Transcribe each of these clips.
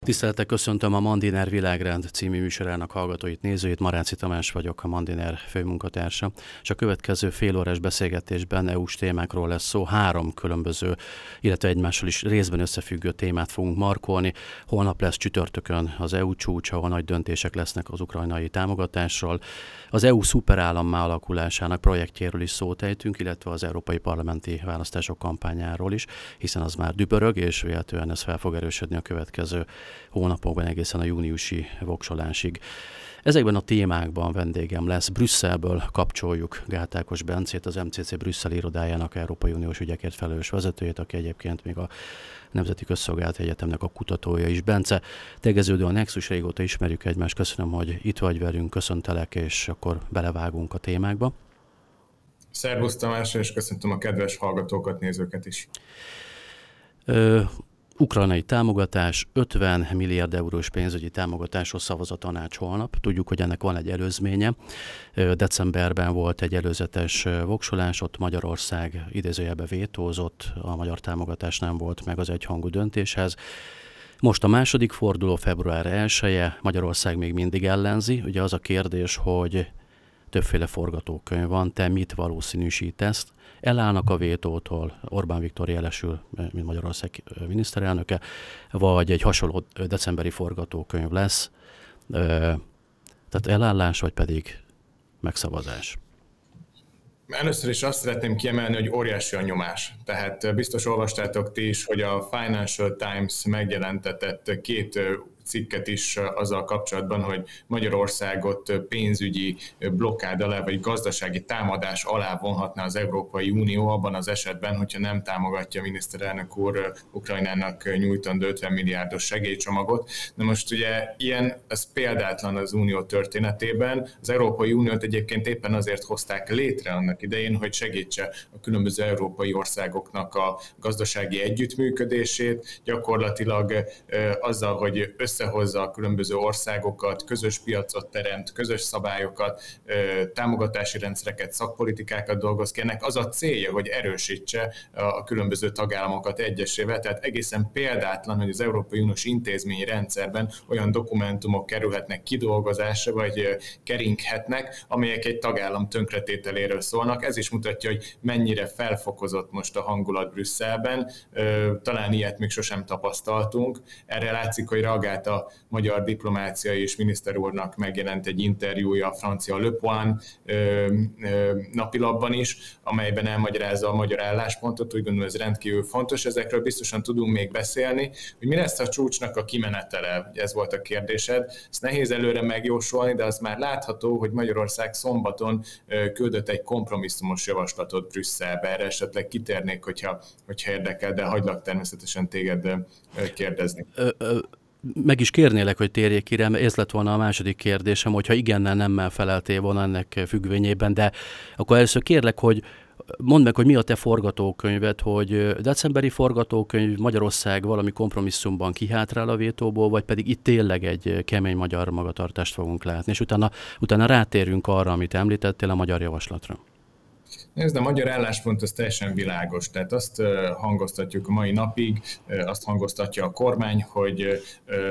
Tisztelettel köszöntöm a Mandiner Világrend című műsorának hallgatóit, nézőit. Maráci Tamás vagyok, a Mandiner főmunkatársa, és a következő félórás beszélgetésben EU-s témákról lesz szó. 3 különböző, illetve egymással is részben összefüggő témát fogunk markolni. Holnap lesz csütörtökön az EU csúcs, ahol nagy döntések lesznek az ukrajnai támogatásról. Az EU szuperállammá alakulásának projektjéről is szót ejtünk, illetve az európai parlamenti választások kampányáról is, hiszen az már dübörög, és véletlenül ez fel fog erősödni a következő hónapokban egészen a júniusi voksolásig. Ezekben a témákban vendégem lesz. Brüsszelből kapcsoljuk Gát Ákos Bencét, az MCC Brüsszel irodájának Európai Uniós ügyekért felelős vezetőjét, aki egyébként még a Nemzeti Közszolgálati Egyetemnek a kutatója is. Bence, tegeződő a Nexus, régóta ismerjük egymást. Köszönöm, hogy itt vagy velünk, köszöntelek, és akkor belevágunk a témákba. Szervusz Tamás, és köszöntöm a kedves hallgatókat, nézőket is. Ukrajnai támogatás, 50 milliárd eurós pénzügyi támogatáshoz szavaz a tanács holnap. Tudjuk, hogy ennek van egy előzménye. Decemberben volt egy előzetes voksolás, ott Magyarország idézőjelben vétózott, a magyar támogatás nem volt meg az egyhangú döntéshez. Most a második forduló, február 1-e, Magyarország még mindig ellenzi. Ugye az a kérdés, hogy többféle forgatókönyv van, te mit valószínűsítesz? Elállnak a vétótól, Orbán Viktor jelesül, mint Magyarország miniszterelnöke, vagy egy hasonló decemberi forgatókönyv lesz, tehát elállás, vagy pedig megszavazás? Először is azt szeretném kiemelni, hogy óriási a nyomás. Tehát biztos olvastátok ti is, hogy a Financial Times megjelentetett 2 cikket is azzal kapcsolatban, hogy Magyarországot pénzügyi blokkád alá, vagy gazdasági támadás alá vonhatná az Európai Unió abban az esetben, hogyha nem támogatja a miniszterelnök úr Ukrajnának nyújtandó 50 milliárdos segélycsomagot. Na most ugye ez példátlan az Unió történetében. Az Európai Uniót egyébként éppen azért hozták létre annak idején, hogy segítse a különböző európai országoknak a gazdasági együttműködését, gyakorlatilag azzal, hogy összehozza a különböző országokat, közös piacot teremt, közös szabályokat, támogatási rendszereket, szakpolitikákat dolgoz ki. Ennek az a célja, hogy erősítse a különböző tagállamokat egyesével, tehát egészen példátlan, hogy az Európai Uniós intézményi rendszerben olyan dokumentumok kerülhetnek kidolgozásra, vagy keringhetnek, amelyek egy tagállam tönkretételéről szólnak. Ez is mutatja, hogy mennyire felfokozott most a hangulat Brüsszelben. Talán ilyet még sosem tapasztaltunk. Erre látszik, hogy reagált a magyar diplomácia, és miniszter úrnak megjelent egy interjúja a francia Le Point napilapban is, amelyben elmagyarázza a magyar álláspontot. Úgy gondolom, ez rendkívül fontos. Ezekről biztosan tudunk még beszélni, hogy mi lesz a csúcsnak a kimenetele. Ez volt a kérdésed. Ezt nehéz előre megjósolni, de az már látható, hogy Magyarország szombaton küldött egy kompromisszumos javaslatot Brüsszelbe. Erre esetleg kitérnék, hogyha érdekel, de hagylak természetesen téged kérdezni. Meg is kérnélek, hogy térjék ki rá, mert ez lett volna a második kérdésem, hogyha igennel, nemmel feleltél volna ennek függvényében, de akkor először kérlek, hogy mondd meg, hogy mi a te forgatókönyved, hogy decemberi forgatókönyv, Magyarország valami kompromisszumban kihátrál a vétóból, vagy pedig itt tényleg egy kemény magyar magatartást fogunk látni, és utána rátérünk arra, amit említettél, a magyar javaslatra. Nézd, a magyar álláspont az teljesen világos, tehát azt hangoztatjuk a mai napig, azt hangoztatja a kormány, hogy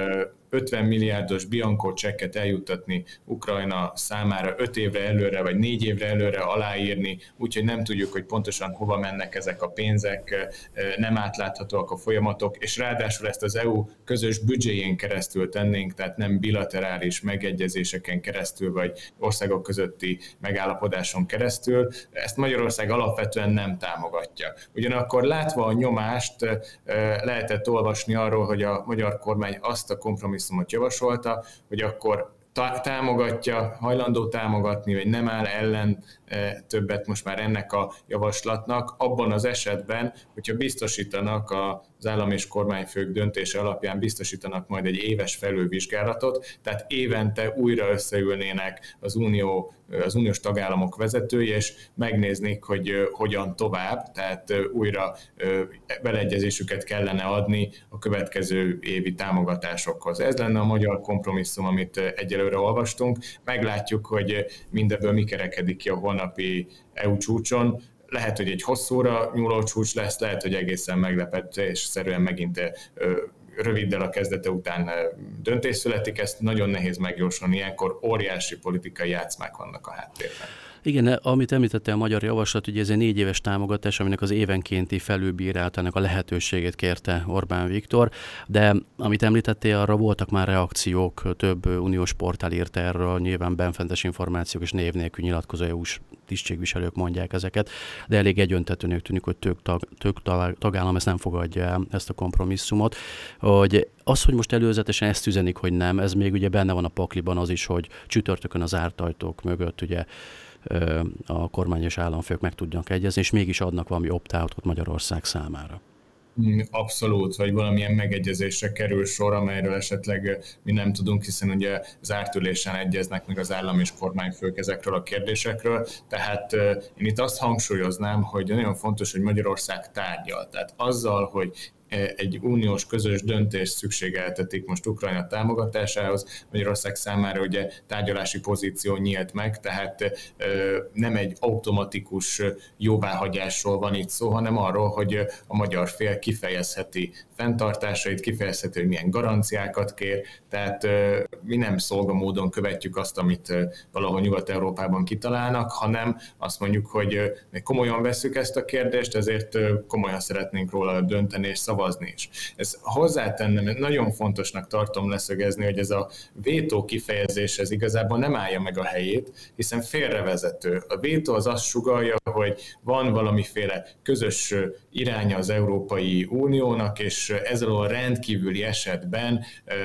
50 milliárdos Bianco csekket eljuttatni Ukrajna számára 5 évre előre, vagy 4 évre előre aláírni, úgyhogy nem tudjuk, hogy pontosan hova mennek ezek a pénzek, nem átláthatóak a folyamatok, és ráadásul ezt az EU közös büdzséjén keresztül tennénk, tehát nem bilaterális megegyezéseken keresztül, vagy országok közötti megállapodáson keresztül. Ezt Magyarország alapvetően nem támogatja. Ugyanakkor látva a nyomást, lehetett olvasni arról, hogy a magyar kormány azt a kompromisszumot javasolta, hogy akkor támogatja, hajlandó támogatni, vagy nem áll ellen többet most már ennek a javaslatnak, abban az esetben, hogyha biztosítanak az állam és kormányfők döntése alapján biztosítanak majd egy éves felülvizsgálatot, tehát évente újra összeülnének az uniós tagállamok vezetői, és megnéznék, hogy hogyan tovább, tehát újra beleegyezésüket kellene adni a következő évi támogatásokhoz. Ez lenne a magyar kompromisszum, amit egyelőre olvastunk. Meglátjuk, hogy mindebből mi kerekedik ki a holnapi EU csúcson. Lehet, hogy egy hosszúra nyúló csúcs lesz, lehet, hogy egészen meglepetésszerűen megint röviddel a kezdete után döntés születik, ezt nagyon nehéz megjósolni, ilyenkor óriási politikai játszmák vannak a háttérben. Igen, amit említette a magyar javaslat, ugye ez egy 4 éves támogatás, aminek az évenkénti felülbírálatának a lehetőségét kérte Orbán Viktor, de amit említettél, arra voltak már reakciók, több uniós portál írta erről, nyilván benfentes információk és név nélkül nyilatkozó EU-s tisztségviselők mondják ezeket, de elég egyöntetőnek tűnik, hogy több tagállam ezt nem fogadja el, ezt a kompromisszumot. Hogy hogy most előzetesen ezt üzenik, hogy nem, ez még ugye benne van a pakliban az is, hogy csütörtökön az zárt ajtók mögött ugye a kormány és államfők meg tudjanak egyezni, és mégis adnak valami opt-outot Magyarország számára. Abszolút, vagy valamilyen megegyezésre kerül sor, amelyről esetleg mi nem tudunk, hiszen ugye zárt ülésen egyeznek meg az állam és kormányfők ezekről a kérdésekről. Tehát én itt azt hangsúlyoznám, hogy nagyon fontos, hogy Magyarország tárgyal. Tehát azzal, hogy egy uniós közös döntés szükségeltetik most Ukrajna támogatásához. Magyarország számára ugye tárgyalási pozíció nyílt meg, tehát nem egy automatikus jóváhagyásról van itt szó, hanem arról, hogy a magyar fél kifejezheti fenntartásait, kifejezheti, hogy milyen garanciákat kér, tehát mi nem szolgamódon követjük azt, amit valahol Nyugat-Európában kitalálnak, hanem azt mondjuk, hogy komolyan vesszük ezt a kérdést, ezért komolyan szeretnénk róla dönteni és szavazni is. Ez hozzátennem, nagyon fontosnak tartom leszögezni, hogy ez a vétó kifejezés ez igazából nem állja meg a helyét, hiszen félrevezető. A vétó az azt sugallja, hogy van valamiféle közös iránya az Európai Uniónak, és ezzel a rendkívüli esetben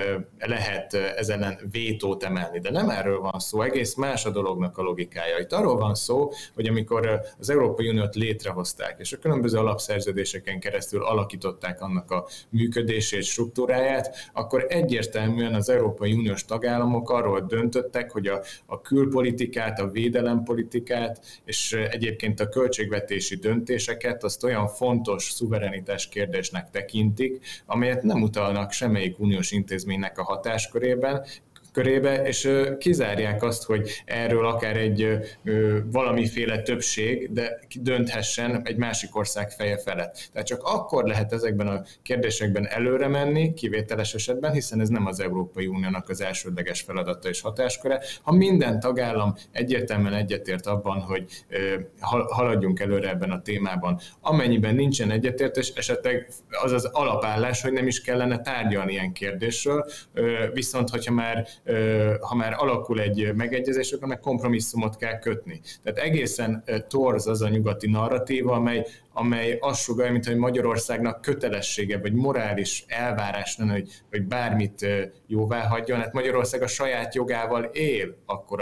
lehet ezzel ellen vétót emelni. De nem erről van szó, egész más a dolognak a logikája. Itt arról van szó, hogy amikor az Európai Uniót létrehozták, és a különböző alapszerződéseken keresztül alakították annak a működését, struktúráját, akkor egyértelműen az Európai Uniós tagállamok arról döntöttek, hogy a külpolitikát, a védelempolitikát, és egyébként a költségvetési döntéseket azt olyan fontos szuverenitás kérdésnek tekintik, amelyet nem utalnak semmelyik uniós intézménynek a hatáskörébe, és kizárják azt, hogy erről akár egy valamiféle többség, de dönthessen egy másik ország feje felett. Tehát csak akkor lehet ezekben a kérdésekben előre menni, kivételes esetben, hiszen ez nem az Európai Uniónak az elsődleges feladata és hatásköre, ha minden tagállam egyértelműen egyetért abban, hogy haladjunk előre ebben a témában. Amennyiben nincsen egyetértés, esetleg az az alapállás, hogy nem is kellene tárgyalni ilyen kérdésről, viszont ha már alakul egy megegyezés, akkor meg kompromisszumot kell kötni. Tehát egészen torz az a nyugati narratíva, amely azt sugallja, mint hogy Magyarországnak kötelessége, vagy morális elvárás lenne, hogy bármit jóvá hagyjon. Hát Magyarország a saját jogával él akkor,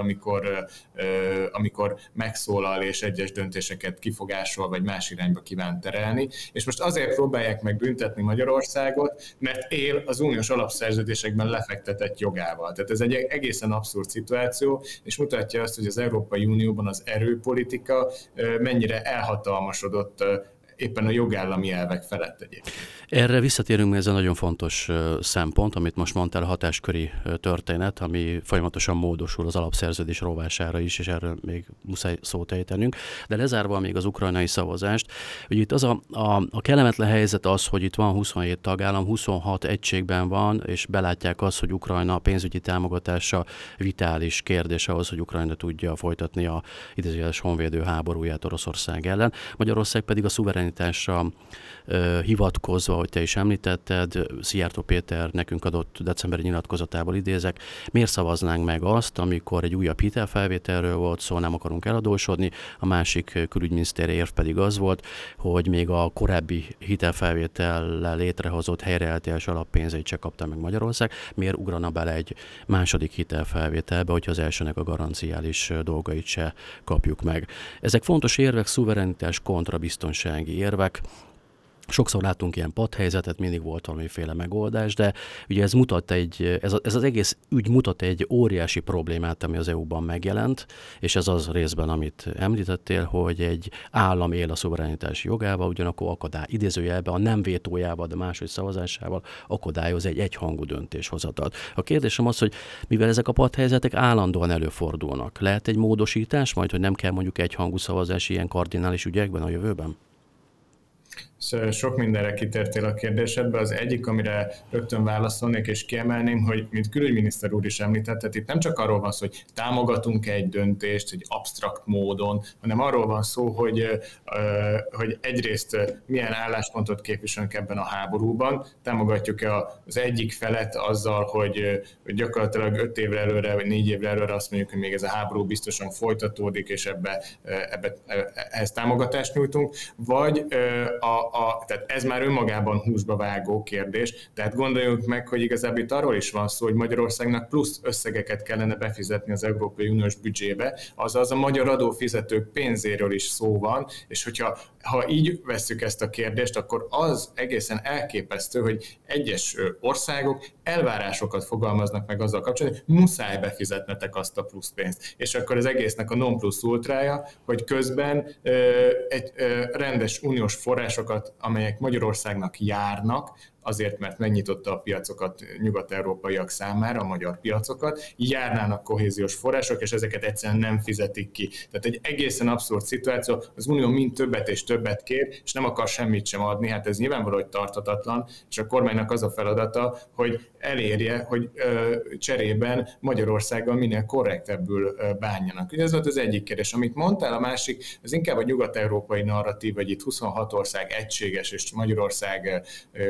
amikor megszólal és egyes döntéseket kifogásol, vagy más irányba kíván terelni. És most azért próbálják meg büntetni Magyarországot, mert él az uniós alapszerződésekben lefektetett jogával. Tehát ez egy egészen abszurd szituáció, és mutatja azt, hogy az Európai Unióban az erőpolitika mennyire elhatalmasodott éppen a jogállami elvek felett egyébként. Erre visszatérünk, mert ez egy nagyon fontos szempont, amit most mondtál, a hatásköri történet, ami folyamatosan módosul az alapszerződés rovására is, és erről még muszáj szót ejtenünk. De lezárva még az ukrajnai szavazást, hogy itt az a kellemetlen helyzet az, hogy itt van 27 tagállam, 26 egységben van, és belátják azt, hogy Ukrajna pénzügyi támogatása vitális kérdés ahhoz, hogy Ukrajna tudja folytatni a idézőjeles honvédő háborúját Oroszország ellen. Magyarország pedig a szuverenitásra hivatkozva, hogy te is említetted, Szijjártó Péter nekünk adott decemberi nyilatkozatából idézek, miért szavaznánk meg azt, amikor egy újabb hitelfelvételről volt szó, nem akarunk eladósodni, a másik külügyminisztéri érv pedig az volt, hogy még a korábbi hitelfelvétellel létrehozott helyreállítás alappénzeit se kapta meg Magyarország, miért ugrana bele egy második hitelfelvételbe, hogyha az elsőnek a garanciális dolgait se kapjuk meg. Ezek fontos érvek, szuverenitás kontra biztonsági érvek. Sokszor látunk ilyen padhelyzetet, mindig volt valamiféle megoldás, de ugye ez az egész ügy mutat egy óriási problémát, ami az EU-ban megjelent, és ez az részben, amit említettél, hogy egy állam él a szuverenitási jogával, ugyanakkor idézőjelben a nem vétójával, de máshogy szavazásával akadályoz egy egyhangú döntéshozatalt. A kérdésem az, hogy mivel ezek a padhelyzetek állandóan előfordulnak, lehet egy módosítás majd, hogy nem kell mondjuk egyhangú szavazás ilyen kardinális ügyekben a jövőben? Sok mindenre kitértél a kérdésedbe. Az egyik, amire rögtön válaszolnék és kiemelném, hogy mint külügyminiszter úr is említette, itt nem csak arról van szó, hogy támogatunk egy döntést egy absztrakt módon, hanem arról van szó, hogy egyrészt milyen álláspontot képviselünk ebben a háborúban, támogatjuk-e az egyik felet azzal, hogy gyakorlatilag 5 évre előre, vagy 4 évre előre azt mondjuk, hogy még ez a háború biztosan folytatódik, és ehhez támogatást nyújtunk, vagy tehát ez már önmagában húsba vágó kérdés, tehát gondoljunk meg, hogy igazából itt arról is van szó, hogy Magyarországnak plusz összegeket kellene befizetni az Európai Uniós büdzsébe, azaz a magyar adófizetők pénzéről is szó van, és hogyha így vesszük ezt a kérdést, akkor az egészen elképesztő, hogy egyes országok elvárásokat fogalmaznak meg azzal kapcsolatban, hogy muszáj befizetnetek azt a plusz pénzt. És akkor az egésznek a non plus ultrája, hogy közben egy rendes uniós forrásokat, amelyek Magyarországnak járnak, azért, mert megnyitotta a piacokat nyugat-európaiak számára, a magyar piacokat, járnának kohéziós források, és ezeket egyszerűen nem fizetik ki. Tehát egy egészen abszurd szituáció, az Unió mind többet és többet kér, és nem akar semmit sem adni, hát ez nyilvánvaló, hogy tarthatatlan, és a kormánynak az a feladata, hogy elérje, hogy cserében Magyarországgal minél korrektebbül bánjanak. Ugye ez volt az egyik kérdés. Amit mondtál, a másik, az inkább a nyugat-európai narratív, hogy itt 26 ország egységes, és Magyarország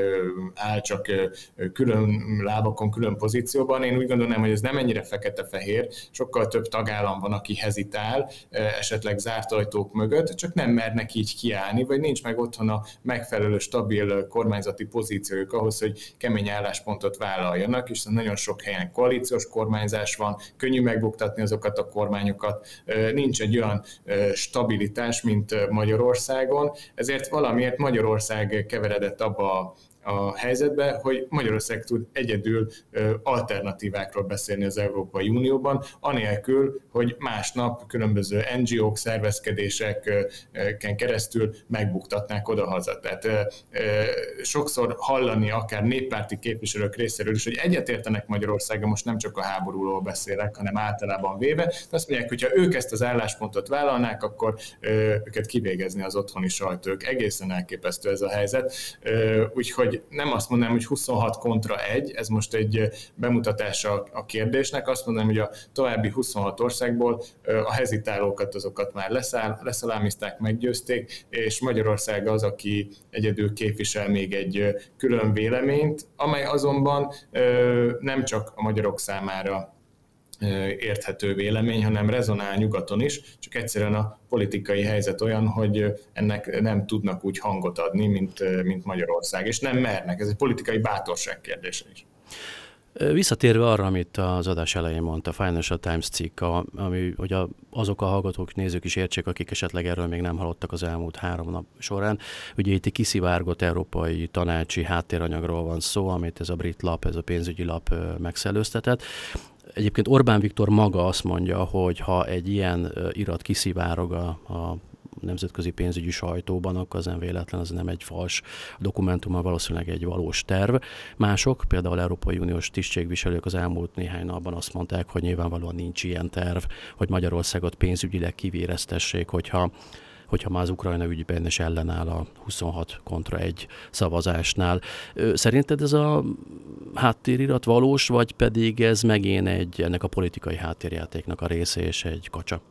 áll csak külön lábakon, külön pozícióban. Én úgy gondolom, hogy ez nem ennyire fekete-fehér, sokkal több tagállam van, aki hezitál, esetleg zárt ajtók mögött, csak nem mernek így kiállni, vagy nincs meg otthon a megfelelő, stabil kormányzati pozíciójuk ahhoz, hogy kemény álláspontot vállaljanak, és nagyon sok helyen koalíciós kormányzás van, könnyű megbuktatni azokat a kormányokat, nincs egy olyan stabilitás, mint Magyarországon, ezért valamiért Magyarország keveredett abba a helyzetbe, hogy Magyarország tud egyedül alternatívákról beszélni az Európai Unióban, anélkül, hogy másnap különböző NGO-k, szervezkedéseken keresztül megbuktatnák odahaza. Tehát sokszor hallani akár néppárti képviselők részéről is, hogy egyetértenek Magyarországon, most nem csak a háborúról beszélek, hanem általában véve, de azt mondják, hogy ha ők ezt az álláspontot vállalnák, akkor őket kivégezni az otthoni sajtók. Egészen elképesztő ez a helyzet. Úgyhogy nem azt mondanám, hogy 26 kontra 1, ez most egy bemutatása a kérdésnek, azt mondanám, hogy a további 26 országból a hezitálókat azokat már leszalámizták, meggyőzték, és Magyarország az, aki egyedül képvisel még egy külön véleményt, amely azonban nem csak a magyarok számára érthető vélemény, hanem rezonál nyugaton is, csak egyszerűen a politikai helyzet olyan, hogy ennek nem tudnak úgy hangot adni, mint Magyarország, és nem mernek. Ez egy politikai bátorság kérdése is. Visszatérve arra, amit az adás elején mondta, a Financial Times cikk, ami hogy azok a hallgatók, nézők is értsék, akik esetleg erről még nem hallottak az elmúlt 3 nap során. Ugye itt egy kiszivárgott európai tanácsi háttéranyagról van szó, amit ez a brit lap, ez a pénzügyi lap megszellőztetett. Egyébként Orbán Viktor maga azt mondja, hogy ha egy ilyen irat kiszivárog a nemzetközi pénzügyi sajtóban, akkor az nem véletlen, az nem egy fals dokumentum, hanem valószínűleg egy valós terv. Mások, például Európai Uniós tisztségviselők az elmúlt néhány napban azt mondták, hogy nyilvánvalóan nincs ilyen terv, hogy Magyarországot pénzügyileg kivéreztessék, hogyha már az Ukrajna ügyben is ellenáll a 26 kontra 1 szavazásnál. Szerinted ez a háttérirat valós, vagy pedig ez megint ennek a politikai háttérjátéknak a része és egy kacsa?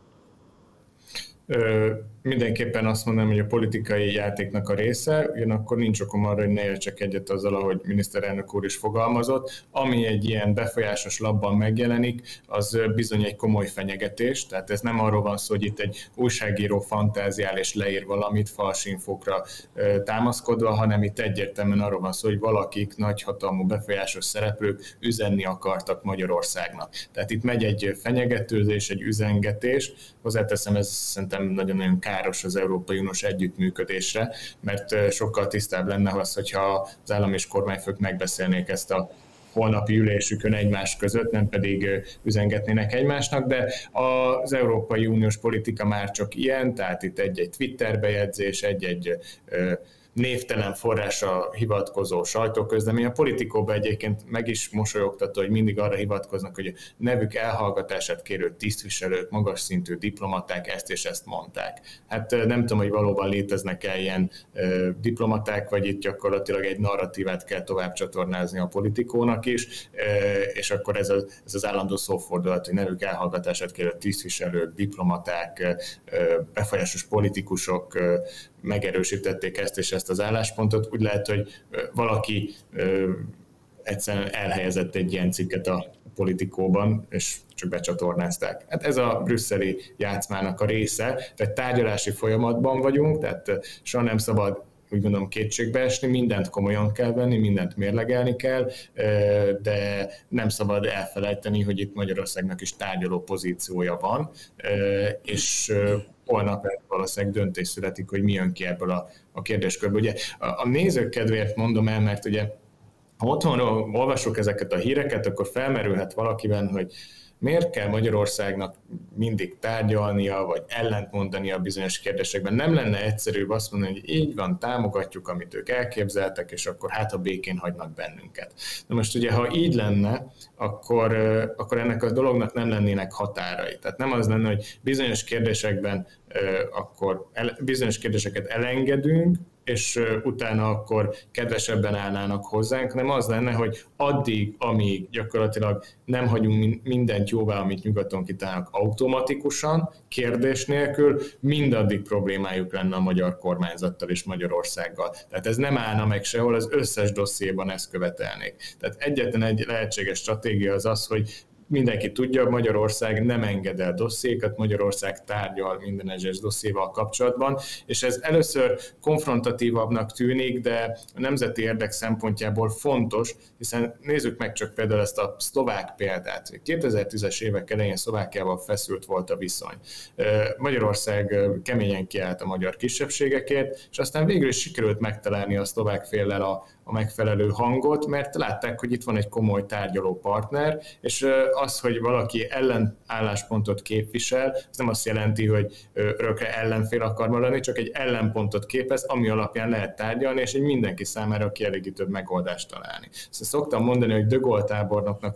Mindenképpen azt mondanám, hogy a politikai játéknak a része, ugyanakkor nincs okom arra, hogy ne értsek egyet azzal, ahogy miniszterelnök úr is fogalmazott. Ami egy ilyen befolyásos labban megjelenik, az bizony egy komoly fenyegetés, tehát ez nem arról van szó, hogy itt egy újságíró fantáziál és leír valamit fals infókra támaszkodva, hanem itt egyértelműen arról van szó, hogy valakik, nagyhatalmú befolyásos szereplők üzenni akartak Magyarországnak. Tehát itt megy egy fenyegetőzés, egy üzengetés, hozzáteszem, ez szerintem nagyon-nagyon káros az Európai Uniós együttműködésre, mert sokkal tisztább lenne az, hogyha az állam és kormányfők megbeszélnék ezt a holnapi ülésükön egymás között, nem pedig üzengetnének egymásnak, de az Európai Uniós politika már csak ilyen, tehát itt egy-egy Twitter bejegyzés, egy-egy névtelen forrásra hivatkozó sajtóközlemény. A Politikóban egyébként meg is mosolyogtató, hogy mindig arra hivatkoznak, hogy a nevük elhallgatását kérő tisztviselők, magas szintű diplomaták ezt és ezt mondták. Hát nem tudom, hogy valóban léteznek-e ilyen diplomaták, vagy itt gyakorlatilag egy narratívát kell tovább csatornázni a Politikónak is, és akkor ez az állandó szófordulat, hogy nevük elhallgatását kérő tisztviselők, diplomaták, befolyásos politikusok megerősítették ezt és ezt az álláspontot. Úgy lehet, hogy valaki egyszerűen elhelyezett egy ilyen cikket a Politikóban, és csak becsatornázták. Hát ez a brüsszeli játszmának a része, tehát tárgyalási folyamatban vagyunk, tehát soha nem szabad úgy gondolom kétségbe esni, mindent komolyan kell venni, mindent mérlegelni kell, de nem szabad elfelejteni, hogy itt Magyarországnak is tárgyaló pozíciója van, és holnap valószínűleg döntés születik, hogy mi jön ki ebből a kérdéskörből. Ugye a nézők kedvéért mondom el, mert ugye ha otthonról olvasok ezeket a híreket, akkor felmerülhet valakiben, hogy miért kell Magyarországnak mindig tárgyalnia, vagy ellentmondania bizonyos kérdésekben? Nem lenne egyszerűbb azt mondani, hogy így van, támogatjuk, amit ők elképzeltek, és akkor hát a békén hagynak bennünket. Na most ugye, ha így lenne, akkor ennek a dolognak nem lennének határai. Tehát nem az lenne, hogy bizonyos kérdésekben akkor bizonyos kérdéseket elengedünk, és utána akkor kedvesebben állnának hozzánk, hanem az lenne, hogy addig, amíg gyakorlatilag nem hagyunk mindent jóvá, amit nyugaton kitálnak automatikusan, kérdés nélkül, mindaddig problémájuk lenne a magyar kormányzattal és Magyarországgal. Tehát ez nem állna meg sehol, az összes dossziéban ezt követelnék. Tehát egyetlen egy lehetséges stratégia az az, hogy mindenki tudja, Magyarország nem enged el dossziékat, Magyarország tárgyal minden egyes dossziéval kapcsolatban, és ez először konfrontatívabbnak tűnik, de a nemzeti érdek szempontjából fontos, hiszen nézzük meg csak például ezt a szlovák példát. 2010-es évek elején Szlovákiával feszült volt a viszony. Magyarország keményen kiállt a magyar kisebbségekért, és aztán végül is sikerült megtalálni a szlovák féllel a megfelelő hangot, mert látták, hogy itt van egy komoly tárgyaló partner, és az, hogy valaki ellenálláspontot képvisel, ez nem azt jelenti, hogy örökre ellenfél akar maradni, csak egy ellenpontot képez, ami alapján lehet tárgyalni, és egy mindenki számára kielégítőbb megoldást találni. Szóval szoktam mondani, hogy de Gaulle tábornoknak,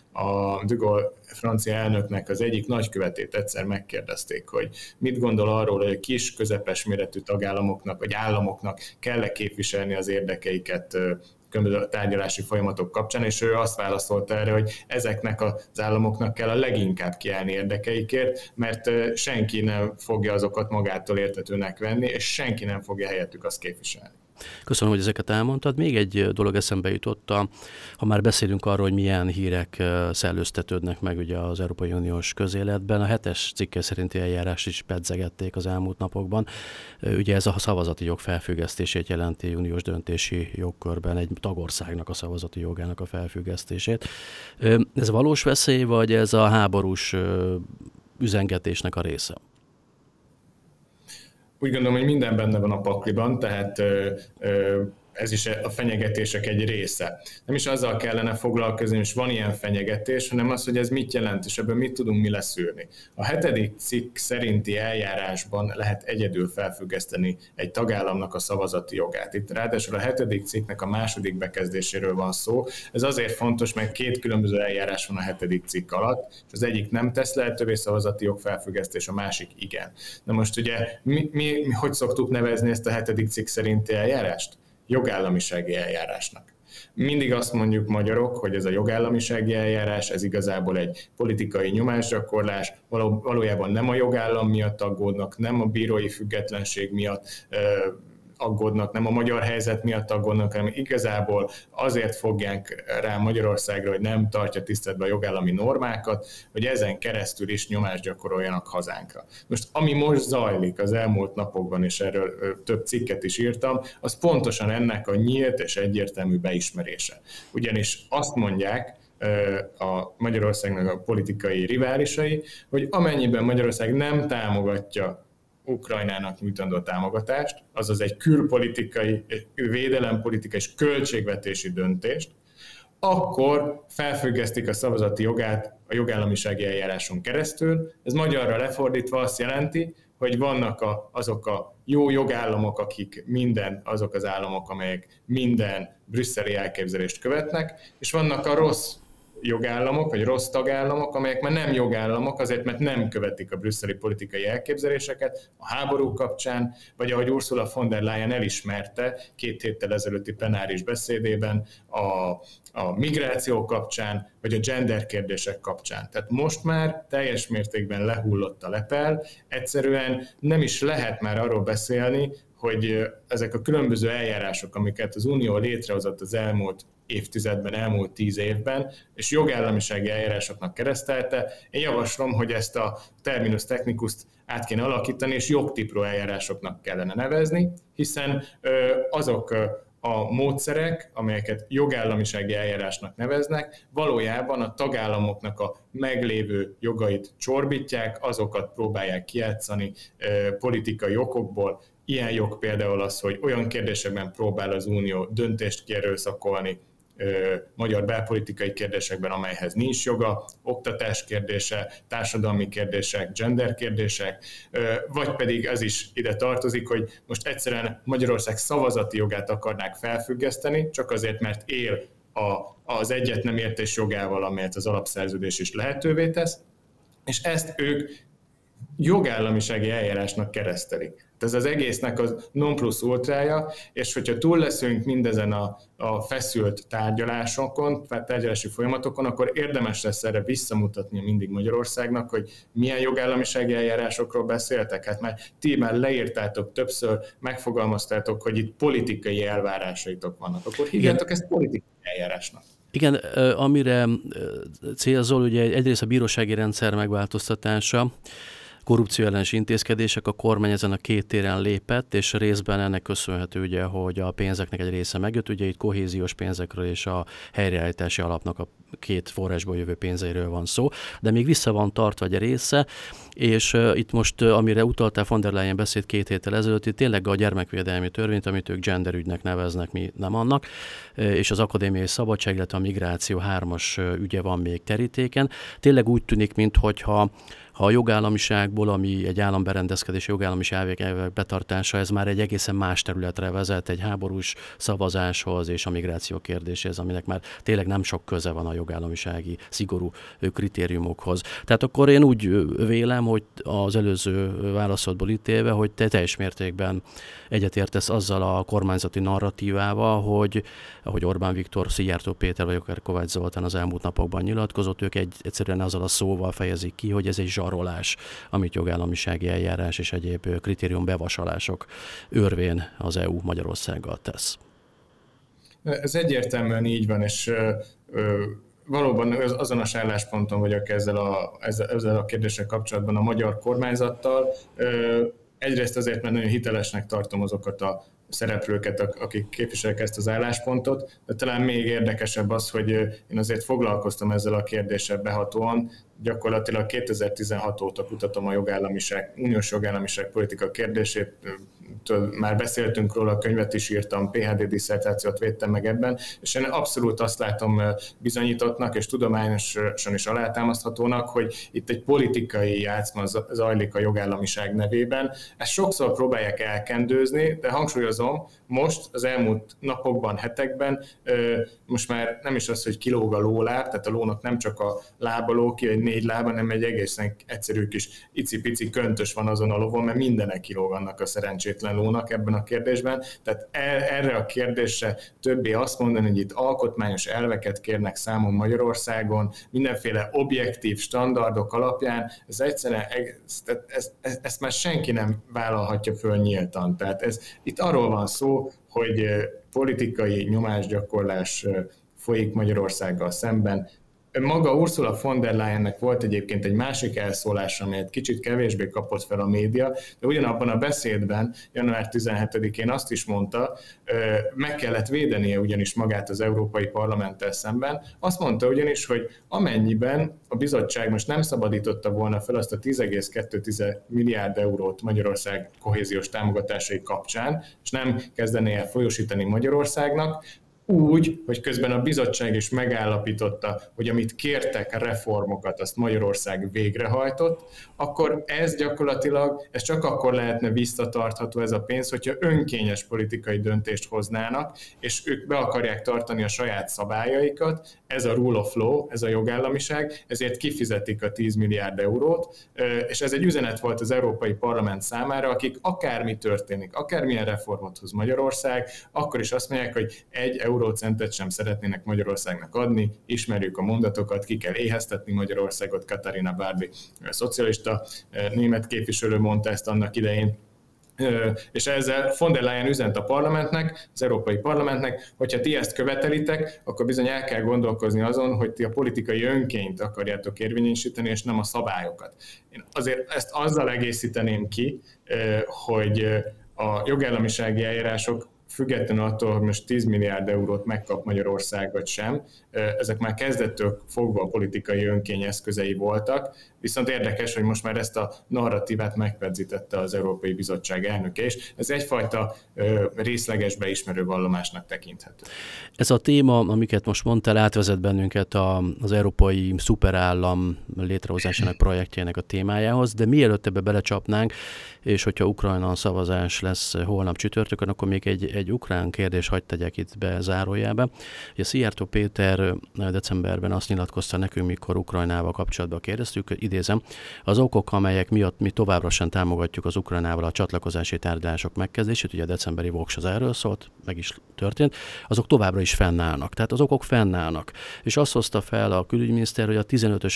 a de Gaulle francia elnöknek az egyik nagykövetét egyszer megkérdezték, hogy mit gondol arról, hogy a kis, közepes méretű tagállamoknak vagy államoknak kell képviselni az érdekeiket különböző tárgyalási folyamatok kapcsán, és ő azt válaszolta erre, hogy ezeknek az államoknak kell a leginkább kiállni érdekeikért, mert senki nem fogja azokat magától értetőnek venni, és senki nem fogja helyettük azt képviselni. Köszönöm, hogy ezeket elmondtad. Még egy dolog eszembe jutott, ha már beszélünk arról, hogy milyen hírek szellőztetődnek meg ugye az Európai Uniós közéletben, a 7-es cikke szerinti eljárás is pedzegették az elmúlt napokban. Ugye ez a szavazati jog felfüggesztését jelenti uniós döntési jogkörben, egy tagországnak a szavazati jogának a felfüggesztését. Ez valós veszély, vagy ez a háborús üzengetésnek a része? Úgy gondolom, hogy minden benne van a pakliban, tehát ez is a fenyegetések egy része. Nem is azzal kellene foglalkozni, hogy van ilyen fenyegetés, hanem az, hogy ez mit jelent, és ebből mit tudunk mi leszűrni. A 7. cikk szerinti eljárásban lehet egyedül felfüggeszteni egy tagállamnak a szavazati jogát. Itt ráadásul a 7. cikknek a második bekezdéséről van szó. Ez azért fontos, mert két különböző eljárás van a 7. cikk alatt, és az egyik nem tesz lehetővé szavazati jog felfüggesztés, a másik igen. Na most ugye mi hogy szoktuk nevezni ezt a 7. cikk szerinti eljárást? Jogállamisági eljárásnak. Mindig azt mondjuk magyarok, hogy ez a jogállamisági eljárás, ez igazából egy politikai nyomásgyakorlás, valójában nem a jogállam miatt aggódnak, nem a bírói függetlenség miatt aggódnak, nem a magyar helyzet miatt aggódnak, hanem igazából azért fogják rá Magyarországra, hogy nem tartja tiszteletben a jogállami normákat, hogy ezen keresztül is nyomást gyakoroljanak hazánkra. Most ami most zajlik az elmúlt napokban, és erről több cikket is írtam, az pontosan ennek a nyílt és egyértelmű beismerése. Ugyanis azt mondják a Magyarországnak a politikai riválisai, hogy amennyiben Magyarország nem támogatja Ukrajnának nyújtandó támogatást, azaz egy külpolitikai, védelempolitikai és költségvetési döntést, akkor felfüggesztik a szavazati jogát a jogállamisági eljáráson keresztül. Ez magyarra lefordítva azt jelenti, hogy vannak azok a jó jogállamok, azok az államok, amelyek minden brüsszeli elképzelést követnek, és vannak a rossz jogállamok, vagy rossz tagállamok, amelyek már nem jogállamok, azért, mert nem követik a brüsszeli politikai elképzeléseket a háború kapcsán, vagy ahogy Ursula von der Leyen elismerte 2 héttel ezelőtti plenáris beszédében a migráció kapcsán, vagy a gender kérdések kapcsán. Tehát most már teljes mértékben lehullott a lepel, egyszerűen nem is lehet már arról beszélni, hogy ezek a különböző eljárások, amiket az Unió létrehozott az elmúlt évtizedben, elmúlt 10 évben, és jogállamisági eljárásoknak keresztelte. Én javaslom, hogy ezt a terminus technicust át kéne alakítani, és jogtipró eljárásoknak kellene nevezni, hiszen azok a módszerek, amelyeket jogállamisági eljárásnak neveznek, valójában a tagállamoknak a meglévő jogait csorbítják, azokat próbálják kijátszani politikai okokból. Ilyen jog például az, hogy olyan kérdésekben próbál az Unió döntést kierőszakolni, magyar belpolitikai kérdésekben, amelyhez nincs joga, oktatás kérdése, társadalmi kérdések, gender kérdések, vagy pedig ez is ide tartozik, hogy most egyszerűen Magyarország szavazati jogát akarnák felfüggeszteni, csak azért, mert él az egyet nem értés jogával, amelyet az alapszerződés is lehetővé tesz, és ezt ők jogállamisági eljárásnak keresztelik. Ez az egésznek az non plus ultrája, és hogyha túl leszünk mindezen a feszült tárgyalásokon, tárgyalási folyamatokon, akkor érdemes lesz erre visszamutatni mindig Magyarországnak, hogy milyen jogállamisági eljárásokról beszéltek. Hát már ti már leírtátok többször, megfogalmaztátok, hogy itt politikai elvárásaitok vannak. Akkor hívjátok ezt politikai eljárásnak. Igen, amire célzol, ugye egyrészt a bírósági rendszer megváltoztatása, korrupció ellenes intézkedések, a kormány ezen a 2 téren lépett, és részben ennek köszönhető, ugye, hogy a pénzeknek egy része megjött, ugye itt kohéziós pénzekről és a helyreállítási alapnak a 2 forrásból jövő pénzeiről van szó, de még vissza van tartva egy része, és itt most, amire utaltál, von der Leyen beszéd 2 héttel ezelőtt, itt tényleg a gyermekvédelmi törvényt, amit ők genderügynek neveznek, mi nem annak, és az akadémiai szabadság, illetve a migráció 3-as ügye van még terítéken. Tényleg úgy tűnik, minthogyha a jogállamiságból, ami egy államberendezkedés, jogállamiság elvek betartása, ez már egy egészen más területre vezet, egy háborús szavazáshoz és a migráció kérdéséhez, aminek már tényleg nem sok köze van a jogállamisági szigorú kritériumokhoz. Tehát akkor én úgy vélem, hogy az előző válaszodból ítélve, hogy te teljes mértékben egyetértesz azzal a kormányzati narratívával, hogy ahogy Orbán Viktor, Szijjártó Péter vagy akár Kovács Zoltán az elmúlt napokban nyilatkozott, ők egyszerűen azzal a szóval fejezik ki, hogy ez egy zsarolás, amit jogállamisági eljárás és egyéb kritérium bevasalások örvén az EU Magyarországgal tesz. Ez egyértelműen így van, és valóban azonos állásponton vagyok ezzel a kérdéssel kapcsolatban a magyar kormányzattal. Egyrészt azért, mert nagyon hitelesnek tartom azokat a szereplőket, akik képviselik ezt az álláspontot, de talán még érdekesebb az, hogy én azért foglalkoztam ezzel a kérdéssel behatóan, gyakorlatilag 2016 óta kutatom a uniós jogállamiság politika kérdését, már beszéltünk róla, a könyvet is írtam, PhD disszertációt védtem meg ebben, és én abszolút azt látom bizonyítottnak és tudományosan is alátámaszthatónak, hogy itt egy politikai játszma zajlik a jogállamiság nevében. Ezt sokszor próbálják elkendőzni, de hangsúlyozom, most az elmúlt napokban, hetekben most már nem is az, hogy kilóg a lóláb, tehát a lónak nem csak a lába lóg ki, egy 4 lába, hanem egy egészen egyszerű kis icipici köntös van azon a lovon, mert mindenek kilóg annak a szerencsétlen lónak ebben a kérdésben. Tehát erre a kérdésre többé azt mondani, hogy itt alkotmányos elveket kérnek számon Magyarországon, mindenféle objektív standardok alapján, ez egyszerűen, ezt már senki nem vállalhatja föl nyíltan. Tehát itt arról van szó, hogy politikai nyomásgyakorlás folyik Magyarországgal szemben. Maga Ursula von der Leyennek volt egyébként egy másik elszólása, amelyet kicsit kevésbé kapott fel a média, de ugyanabban a beszédben, január 17-én azt is mondta, meg kellett védenie ugyanis magát az Európai Parlamenttel szemben. Azt mondta ugyanis, hogy amennyiben a bizottság most nem szabadította volna fel azt a 10,2 milliárd eurót Magyarország kohéziós támogatásai kapcsán, és nem kezdené el folyósítani Magyarországnak, úgy, hogy közben a bizottság is megállapította, hogy amit kértek, reformokat, azt Magyarország végrehajtott, akkor ez gyakorlatilag, ez csak akkor lehetne visszatartható ez a pénz, hogyha önkényes politikai döntést hoznának, és ők be akarják tartani a saját szabályaikat, ez a rule of law, ez a jogállamiság, ezért kifizetik a 10 milliárd eurót, és ez egy üzenet volt az Európai Parlament számára, akik akármi történik, akármilyen reformot hoz Magyarország, akkor is azt mondják, hogy 1 eurócentet sem szeretnének Magyarországnak adni, ismerjük a mondatokat, ki kell éheztetni Magyarországot, Katarina Barbi, szocialista német képviselő mondta ezt annak idején, és ezzel von der Leyen üzent a parlamentnek, az Európai Parlamentnek, hogyha ti ezt követelitek, akkor bizony el kell gondolkozni azon, hogy ti a politikai önkényt akarjátok érvényesíteni, és nem a szabályokat. Én azért ezt azzal egészíteném ki, hogy a jogállamisági eljárások függetlenül attól, hogy most 10 milliárd eurót megkap Magyarország vagy sem, ezek már kezdettől fogva a politikai önkény eszközei voltak, viszont érdekes, hogy most már ezt a narratívát megpedzítette az Európai Bizottság elnöke, és ez egyfajta részleges beismerő vallomásnak tekinthető. Ez a téma, amiket most mondtál, átvezet bennünket az európai szuperállam létrehozásának projektjének a témájához, de mielőtt ebbe belecsapnánk, és hogyha Ukrajna szavazás lesz holnap csütörtökön, akkor még egy ukrán kérdés hadd tegyek itt be zárójelbe. Ugye Szijjártó Péter decemberben azt nyilatkozta nekünk, mikor Ukrajnával kapcsolatban kérdeztük, idézem, az okok, amelyek miatt mi továbbra sem támogatjuk az Ukrajnával a csatlakozási tárgyalások megkezdését, ugye a decemberi Vox az erről szólt, meg is történt, azok továbbra is fennállnak. Tehát az okok fennállnak. És azt hozta fel a külügyminiszter, hogy a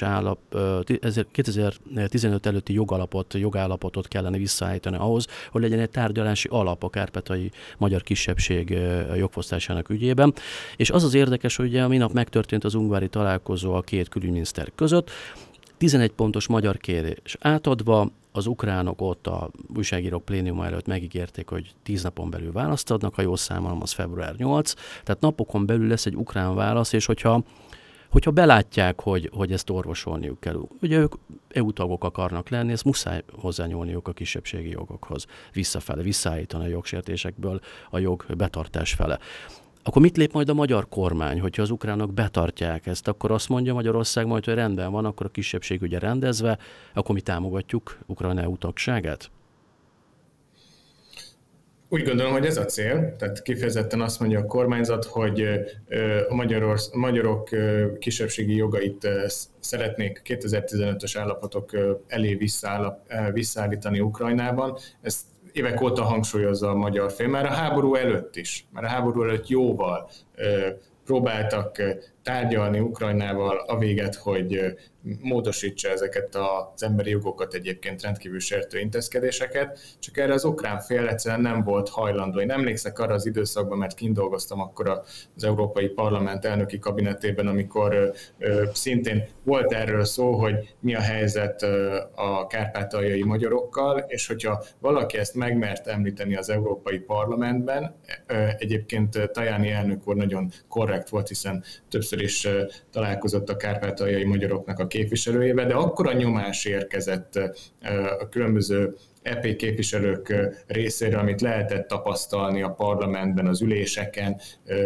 2015 előtti jogállapotot kellene visszaállítani ahhoz, hogy legyen egy tárgyalási alap a kárpátaljai magyar kisebbség jogfosztásának ügyében. És az az érdekes, hogy ugye minap megtörtént az ungvári találkozó a két külügyminiszter között, 11 pontos magyar kérés átadva, az ukránok ott a újságírók plénuma előtt megígérték, hogy 10 napon belül választ adnak, ha jól számolom, az február 8, tehát napokon belül lesz egy ukrán válasz, és hogyha belátják, hogy ezt orvosolniuk kell, ugye ők EU tagok akarnak lenni, ezt muszáj hozzányúlniuk a kisebbségi jogokhoz, visszaállítani a jogsértésekből a jog betartás fele. Akkor mit lép majd a magyar kormány, hogyha az ukránok betartják ezt, akkor azt mondja Magyarország majd, hogy rendben van, akkor a kisebbség ugye rendezve, akkor mi támogatjuk Ukrajna EU tagságát? Úgy gondolom, hogy ez a cél, tehát kifejezetten azt mondja a kormányzat, hogy a magyarok kisebbségi jogait szeretnék 2015-ös állapotok elé visszaállítani Ukrajnában. Ezt évek óta hangsúlyozza a magyar fél, már a háború előtt is, már a háború előtt jóval próbáltak tárgyalni Ukrajnával a véget, hogy módosítsa ezeket az emberi jogokat, egyébként rendkívül sértő intézkedéseket, csak erre az ukrán fél egyszerűen nem volt hajlandó. Én emlékszek arra az időszakban, mert kint dolgoztam akkor az Európai Parlament elnöki kabinetében, amikor szintén volt erről szó, hogy mi a helyzet a kárpátaljai magyarokkal, és hogyha valaki ezt megmert említeni az Európai Parlamentben, egyébként Tajani elnök úr nagyon korrekt volt, hiszen többször is találkozott a kárpátaljai magyaroknak a képviselőjével, de akkora nyomás érkezett a különböző EP képviselők részéről, amit lehetett tapasztalni a parlamentben, az üléseken,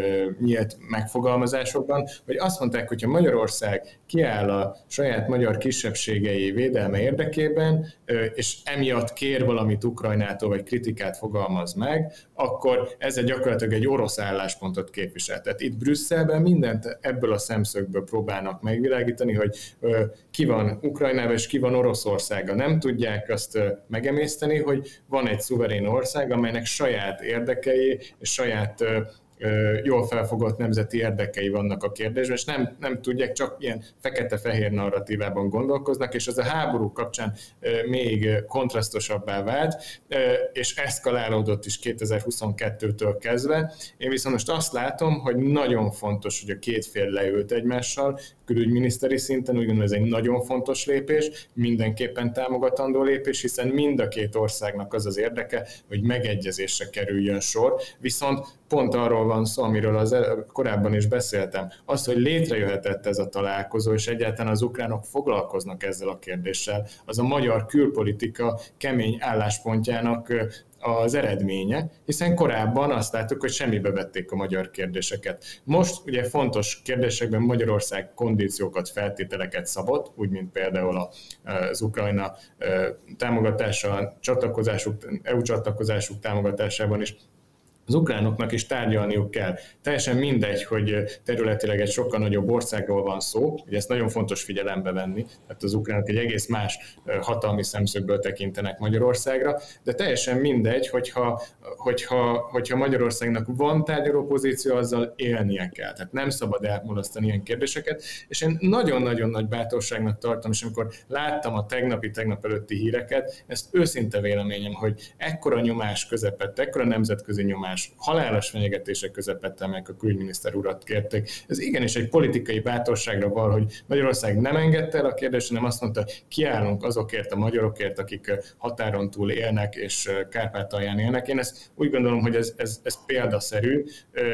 nyílt megfogalmazásokban, hogy azt mondták, hogy ha Magyarország kiáll a saját magyar kisebbségei védelme érdekében, és emiatt kér valamit Ukrajnától, vagy kritikát fogalmaz meg, akkor ezzel gyakorlatilag egy orosz álláspontot képvisel. Tehát itt Brüsszelben mindent ebből a szemszögből próbálnak megvilágítani, hogy ki van Ukrajnában és ki van Oroszországa. Nem tudják azt megemészteni, hogy van egy szuverén ország, amelynek saját érdekei és saját jól felfogott nemzeti érdekei vannak a kérdésben, és nem tudják, csak ilyen fekete-fehér narratívában gondolkoznak, és ez a háború kapcsán még kontrasztosabbá vált, és eszkalálódott is 2022-től kezdve. Én viszont most azt látom, hogy nagyon fontos, hogy a két fél leült egymással, külügyminiszteri szinten, úgy gondolom, ez egy nagyon fontos lépés, mindenképpen támogatandó lépés, hiszen mind a két országnak az az érdeke, hogy megegyezésre kerüljön sor, viszont pont arról van szó, amiről korábban is beszéltem. Az, hogy létrejöhetett ez a találkozó, és egyáltalán az ukránok foglalkoznak ezzel a kérdéssel, az a magyar külpolitika kemény álláspontjának az eredménye, hiszen korábban azt láttuk, hogy semmibe vették a magyar kérdéseket. Most ugye fontos kérdésekben Magyarország kondíciókat, feltételeket szabott, úgy, mint például az Ukrajna támogatása, EU csatlakozásuk támogatásában is. Az ukránoknak is tárgyalniuk kell. Teljesen mindegy, hogy területileg egy sokkal nagyobb országról van szó, ugye ezt nagyon fontos figyelembe venni, tehát az ukránok egy egész más hatalmi szemszögből tekintenek Magyarországra, de teljesen mindegy, hogyha Magyarországnak van tárgyaló pozíció, azzal élnie kell. Tehát nem szabad elmulasztani ilyen kérdéseket, és én nagyon-nagyon nagy bátorságnak tartom, és amikor láttam a tegnap előtti híreket, ezt őszinte véleményem, hogy ekkora nyomás közepette, ekkora nemzetközi nyomás, halálos fenyegetések közepette, amelyek a külügyminiszter urat kérték. Ez igenis egy politikai bátorságra van, hogy Magyarország nem engedte el a kérdést, hanem azt mondta, kiállunk azokért a magyarokért, akik határon túl élnek és Kárpátalján élnek. Én ezt úgy gondolom, hogy ez példaszerű,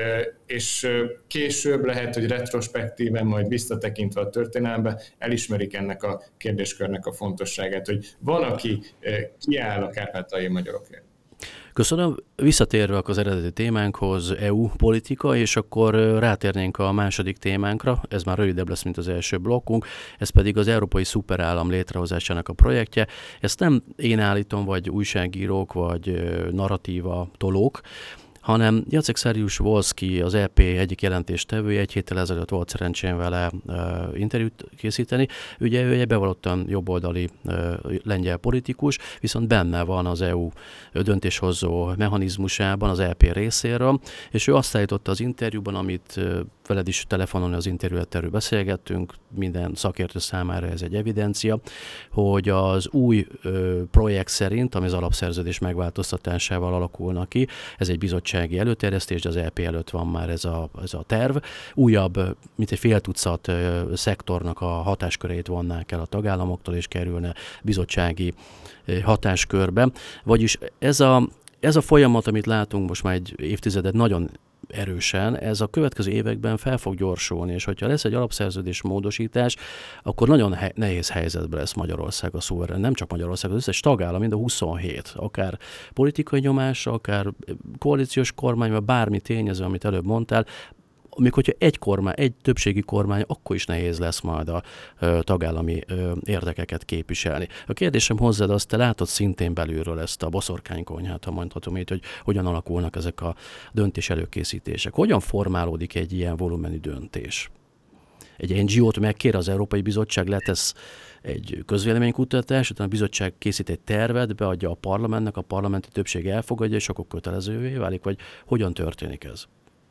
és később lehet, hogy retrospektíven, majd visszatekintve a történelembe elismerik ennek a kérdéskörnek a fontosságát, hogy van, aki kiáll a kárpátaljai magyarokért. Köszönöm. Visszatérve az eredeti témánkhoz, EU politika, és akkor rátérnénk a második témánkra, ez már rövidebb lesz, mint az első blokkunk, ez pedig az Európai Szuperállam létrehozásának a projektje. Ezt nem én állítom, vagy újságírók, vagy narratíva tolók, hanem Jacek Saryusz-Wolski, az EP egyik jelentéstevője, egy héttel ezelőtt volt szerencsém vele interjút készíteni. Ugye ő egy bevallottan jobboldali lengyel politikus, viszont benne van az EU döntéshozó mechanizmusában, az EP részéről, és ő azt állította az interjúban, amit veled is telefonon az interjút erről beszélgettünk, minden szakértő számára ez egy evidencia, hogy az új projekt szerint, ami az alapszerződés megváltoztatásával alakulnak ki, ez egy bizottsági előterjesztés, de az EP előtt van már ez a terv. Újabb, mint egy fél tucat szektornak a hatáskörét vonnák el a tagállamoktól, és kerülne bizottsági hatáskörbe. Vagyis ez a folyamat, amit látunk most már egy évtizedet nagyon erősen, ez a következő években fel fog gyorsulni, és hogyha lesz egy alapszerződés módosítás, akkor nagyon nehéz helyzetben lesz Magyarország a szuverén, nem csak Magyarország, az összes tagállam, mind a 27, akár politikai nyomás, akár koalíciós kormány, vagy bármi tényező, amit előbb mondtál, amikor egy többségi kormány, akkor is nehéz lesz majd a tagállami érdekeket képviselni. A kérdésem hozzád, azt te látod szintén belülről ezt a boszorkánykonyhát, ha mondhatom így, hogy hogyan alakulnak ezek a döntés előkészítések. Hogyan formálódik egy ilyen volumenű döntés? Egy NGO-t megkér az Európai Bizottság, letesz egy közvéleménykutatás, utána a bizottság készít egy tervet, beadja a parlamentnek, a parlamenti többség elfogadja, és akkor kötelezővé válik, vagy hogyan történik ez?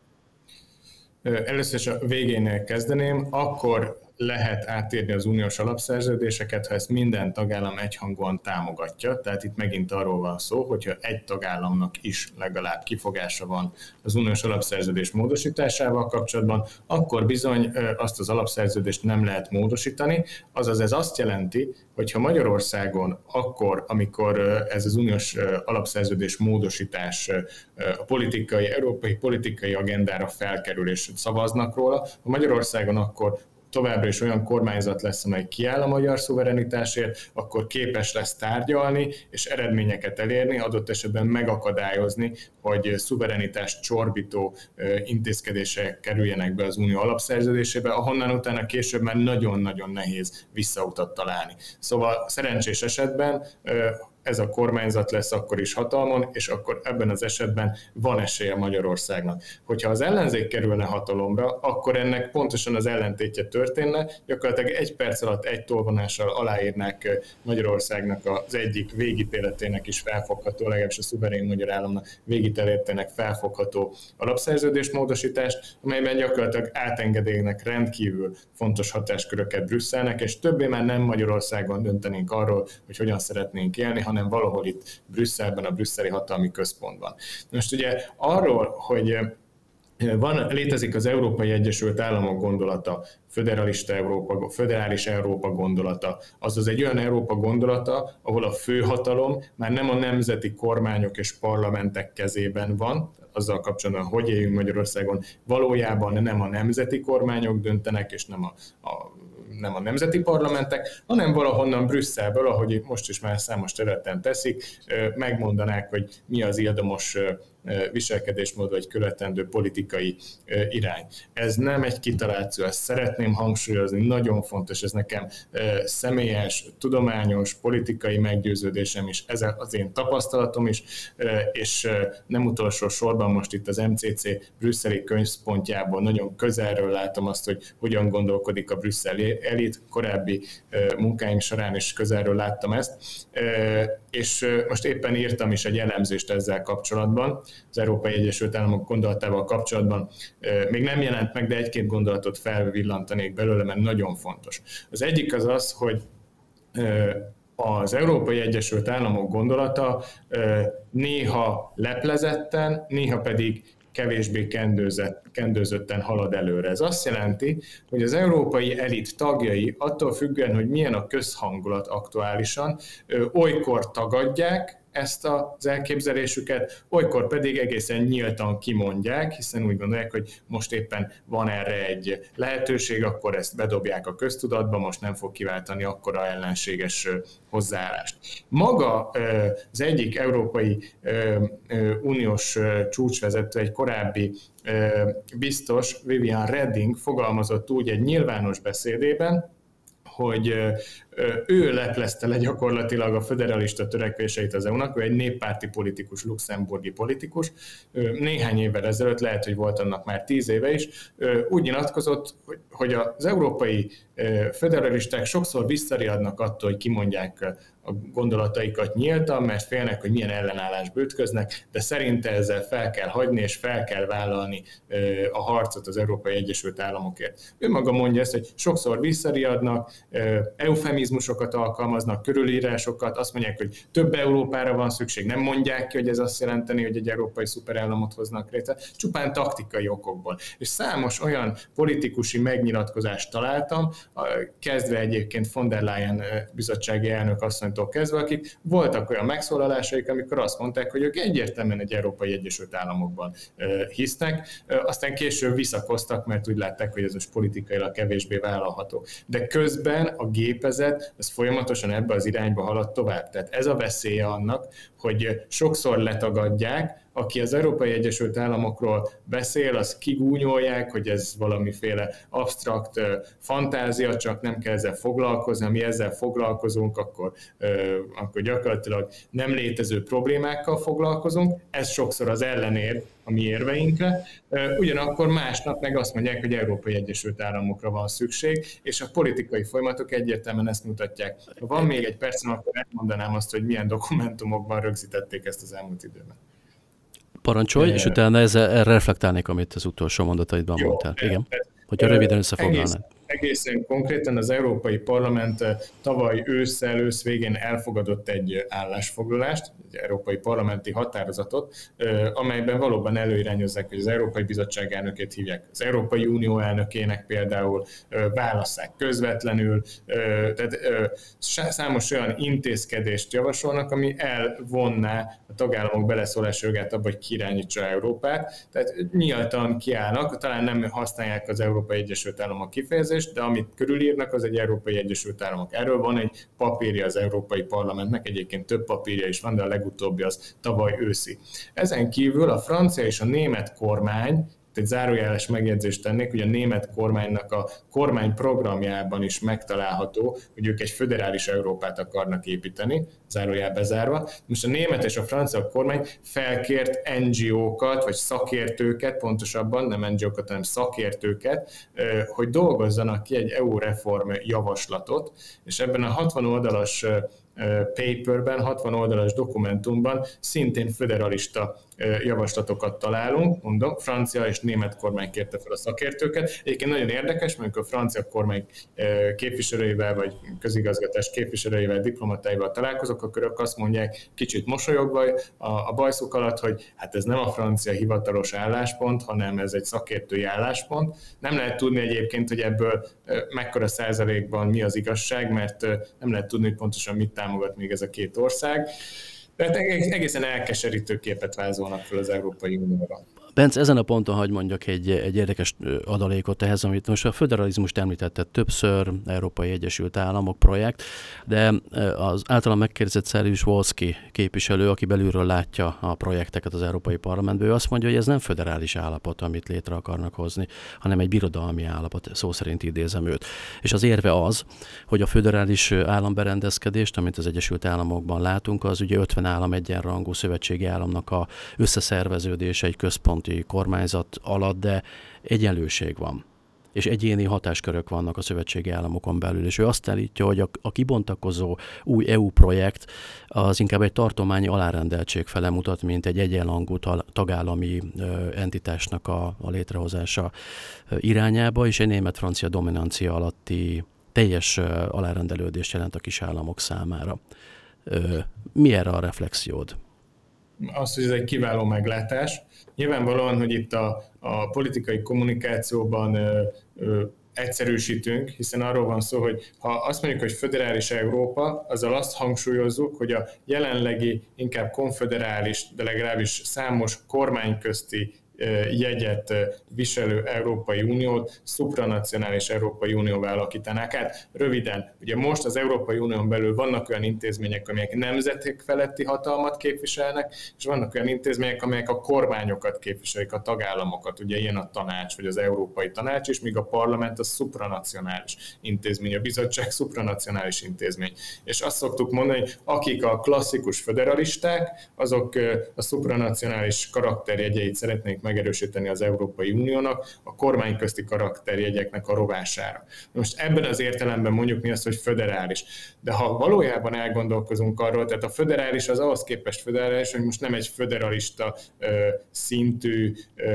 Először is a végénél kezdeném, akkor lehet átírni az uniós alapszerződéseket, ha ezt minden tagállam egyhangúan támogatja. Tehát itt megint arról van szó, hogyha egy tagállamnak is legalább kifogása van az uniós alapszerződés módosításával kapcsolatban, akkor bizony azt az alapszerződést nem lehet módosítani. Azaz ez azt jelenti, hogy ha Magyarországon akkor, amikor ez az uniós alapszerződés módosítás a európai politikai agendára felkerül és szavaznak róla, ha Magyarországon akkor továbbra is olyan kormányzat lesz, amely kiáll a magyar szuverenitásért, akkor képes lesz tárgyalni és eredményeket elérni, adott esetben megakadályozni, hogy szuverenitást csorbító intézkedések kerüljenek be az unió alapszerződésébe, ahonnan utána később már nagyon-nagyon nehéz visszautat találni. Szóval szerencsés esetben ez a kormányzat lesz akkor is hatalmon, és akkor ebben az esetben van esélye Magyarországnak. Hogyha az ellenzék kerülne hatalomra, akkor ennek pontosan az ellentétje történne, gyakorlatilag egy perc alatt egy tolvonással aláírnák Magyarországnak az egyik végítéletének is felfogható, legalábbis a szuverén magyar államnak végítéletének felfogható alapszerződés módosítást, amelyben gyakorlatilag átengedélnek rendkívül fontos hatásköröket Brüsszelnek, és többé már nem Magyarországon döntenénk arról, hogy hogyan szeretnénk élni, hanem valahol itt Brüsszelben, a brüsszeli hatalmi központban. Most ugye arról, hogy létezik az Európai Egyesült Államok gondolata, föderális Európa gondolata, azaz egy olyan Európa gondolata, ahol a főhatalom már nem a nemzeti kormányok és parlamentek kezében van, azzal kapcsolatban, hogy éljünk Magyarországon, valójában nem a nemzeti kormányok döntenek, és nem a nemzeti parlamentek, hanem valahonnan Brüsszelből, ahogy most is már számos területen teszik, megmondanák, hogy mi az illdomos viselkedésmód vagy követendő politikai irány. Ez nem egy kitaláció, ezt szeretném hangsúlyozni, nagyon fontos, ez nekem személyes, tudományos, politikai meggyőződésem is, ez az én tapasztalatom is, és nem utolsó sorban most itt az MCC brüsszeli könyvpontjából nagyon közelről látom azt, hogy hogyan gondolkodik a brüsszeli elit, korábbi munkáim során is közelről láttam ezt, és most éppen írtam is egy elemzést ezzel kapcsolatban, az Európai Egyesült Államok gondolatával kapcsolatban. Még nem jelent meg, de egy-két gondolatot felvillantanék belőle, mert nagyon fontos. Az egyik az az, hogy az Európai Egyesült Államok gondolata néha leplezetten, néha pedig kevésbé kendőzötten halad előre. Ez azt jelenti, hogy az európai elit tagjai attól függően, hogy milyen a közhangulat aktuálisan, olykor tagadják ezt az elképzelésüket, olykor pedig egészen nyíltan kimondják, hiszen úgy gondolják, hogy most éppen van erre egy lehetőség, akkor ezt bedobják a köztudatba, most nem fog kiváltani akkora ellenséges hozzáállást. Maga az egyik Európai Uniós csúcsvezető, egy korábbi biztos, Viviane Reding fogalmazott úgy egy nyilvános beszédében, hogy ő leplezte le gyakorlatilag a föderalista törekvéseit az EU-nak, ő egy néppárti politikus, luxemburgi politikus, néhány évvel ezelőtt, lehet, hogy volt annak már 10 éve is, úgy nyilatkozott, hogy az európai föderalisták sokszor visszariadnak attól, hogy kimondják a gondolataikat nyíltan, mert félnek, hogy milyen ellenállásba ütköznek, de szerinte ezzel fel kell hagyni, és fel kell vállalni a harcot az Európai Egyesült Államokért. Ő maga mondja ezt, hogy sokszor visszariadnak, eufemizmusokat alkalmaznak, körülírásokat, azt mondják, hogy több Európára van szükség, nem mondják ki, hogy ez azt jelenteni, hogy egy európai szuperállamot hoznak létre, csupán taktikai okokból. És számos olyan politikusi megnyilatkozást találtam, kezdve egyébként von der Leyen bizottsági elnök asszonytól kezdve, akik voltak olyan megszólalásaik, amikor azt mondták, hogy ők egyértelműen egy Európai Egyesült Államokban hisznek, aztán később visszakoztak, mert úgy látták, hogy ez most politikailag kevésbé vállalható. De közben a gépezet az folyamatosan ebbe az irányba halad tovább. Tehát ez a veszélye annak, hogy sokszor letagadják, aki az Európai Egyesült Államokról beszél, azt kigúnyolják, hogy ez valamiféle absztrakt fantázia, csak nem kell ezzel foglalkozni, ha mi ezzel foglalkozunk, akkor gyakorlatilag nem létező problémákkal foglalkozunk, ez sokszor az ellenérv a mi érveinkre, ugyanakkor másnap meg azt mondják, hogy Európai Egyesült Államokra van szükség, és a politikai folyamatok egyértelműen ezt mutatják. Ha van még egy percem, akkor elmondanám azt, hogy milyen dokumentumokban rögzítették ezt az elmúlt időben. Parancsolj, és utána erre reflektálnék, amit az utolsó mondataidban mondtál. Igen, hogyha röviden összefoglalnád. Egészen konkrétan az Európai Parlament tavaly ősz végén elfogadott egy állásfoglalást, egy európai parlamenti határozatot, amelyben valóban előirányozzák, hogy az Európai Bizottság elnökét hívják az Európai Unió elnökének például, válasszák közvetlenül, tehát számos olyan intézkedést javasolnak, ami elvonná a tagállamok beleszólási jogát abba, hogy kirányítsa Európát, tehát nyíltan kiállnak, talán nem használják az Európai Egyesült Államok kifejezést, de amit körülírnak, az egy Európai Egyesült Államok. Erről van egy papírja az Európai Parlamentnek, egyébként több papírja is van, de a legutóbbi az tavaly őszi. Ezen kívül a francia és a német kormány, egy zárójeles megjegyzést tennék, hogy a német kormánynak a kormányprogramjában is megtalálható, hogy ők egy föderális Európát akarnak építeni, zárójel bezárva. Most a német és a francia kormány felkért NGO-kat, vagy szakértőket, pontosabban nem NGO-kat, hanem szakértőket, hogy dolgozzanak ki egy EU reform javaslatot, és ebben a 60 oldalas paperben, 60 oldalas dokumentumban szintén föderalista javaslatokat találunk, mondom, francia és német kormány kérte fel a szakértőket. Egyébként nagyon érdekes, mert a francia kormány képviselőivel, vagy közigazgatás képviselőivel, diplomatáival találkozok, akkor ők azt mondják kicsit mosolyogva a bajszuk alatt, hogy hát ez nem a francia hivatalos álláspont, hanem ez egy szakértői álláspont. Nem lehet tudni egyébként, hogy ebből mekkora százalékban mi az igazság, mert nem lehet tudni, hogy pontosan mit támogat még ez a két ország. Tehát egészen elkeserítő képet vázolnak fel az Európai Unióban. Bence, ezen a ponton hagy mondjak egy érdekes adalékot ehhez, amit most a föderalizmust említetted többször, Európai Egyesült Államok projekt, de az általam megkérdezett Saryusz-Wolski képviselő, aki belülről látja a projekteket az Európai Parlamentből, ő azt mondja, hogy ez nem föderális állapot, amit létre akarnak hozni, hanem egy birodalmi állapot, szó szerint idézem őt. És az érve az, hogy a föderális államberendezkedést, amit az Egyesült Államokban látunk, az ugye 50 állam egyenrangú szövetségi államnak a összeszerveződése egy központi kormányzat alatt, de egyenlőség van, és egyéni hatáskörök vannak a szövetségi államokon belül, és ő azt állítja, hogy a kibontakozó új EU projekt az inkább egy tartományi alárendeltség fele mutat, mint egy egyenrangú tagállami entitásnak a létrehozása irányába, és egy német-francia dominancia alatti teljes alárendelődést jelent a kisállamok számára. Mi erre a reflexiód? Az, hogy ez egy kiváló meglátás. Nyilvánvalóan, hogy itt a politikai kommunikációban egyszerűsítünk, hiszen arról van szó, hogy ha azt mondjuk, hogy föderális Európa, azzal azt hangsúlyozzuk, hogy a jelenlegi, inkább konföderális, de legalábbis számos kormányközti jegyet viselő Európai Uniót szupranacionális Európai Unióvá alakítanák át. Röviden, ugye most az Európai Unión belül vannak olyan intézmények, amelyek nemzetek feletti hatalmat képviselnek, és vannak olyan intézmények, amelyek a kormányokat képviselik, a tagállamokat, ugye ilyen a tanács, vagy az Európai Tanács, és míg a parlament a szupranacionális intézmény, a bizottság szupranacionális intézmény. És azt szoktuk mondani, hogy akik a klasszikus föderalisták, azok a szupranacionális karakterjegyeit szeretnék megerősíteni az Európai Uniónak a kormányközti karakterjegyeknek a rovására. Most ebben az értelemben mondjuk mi az, hogy föderális. De ha valójában elgondolkozunk arról, tehát a föderális az ahhoz képest föderális, hogy most nem egy föderalista szintű,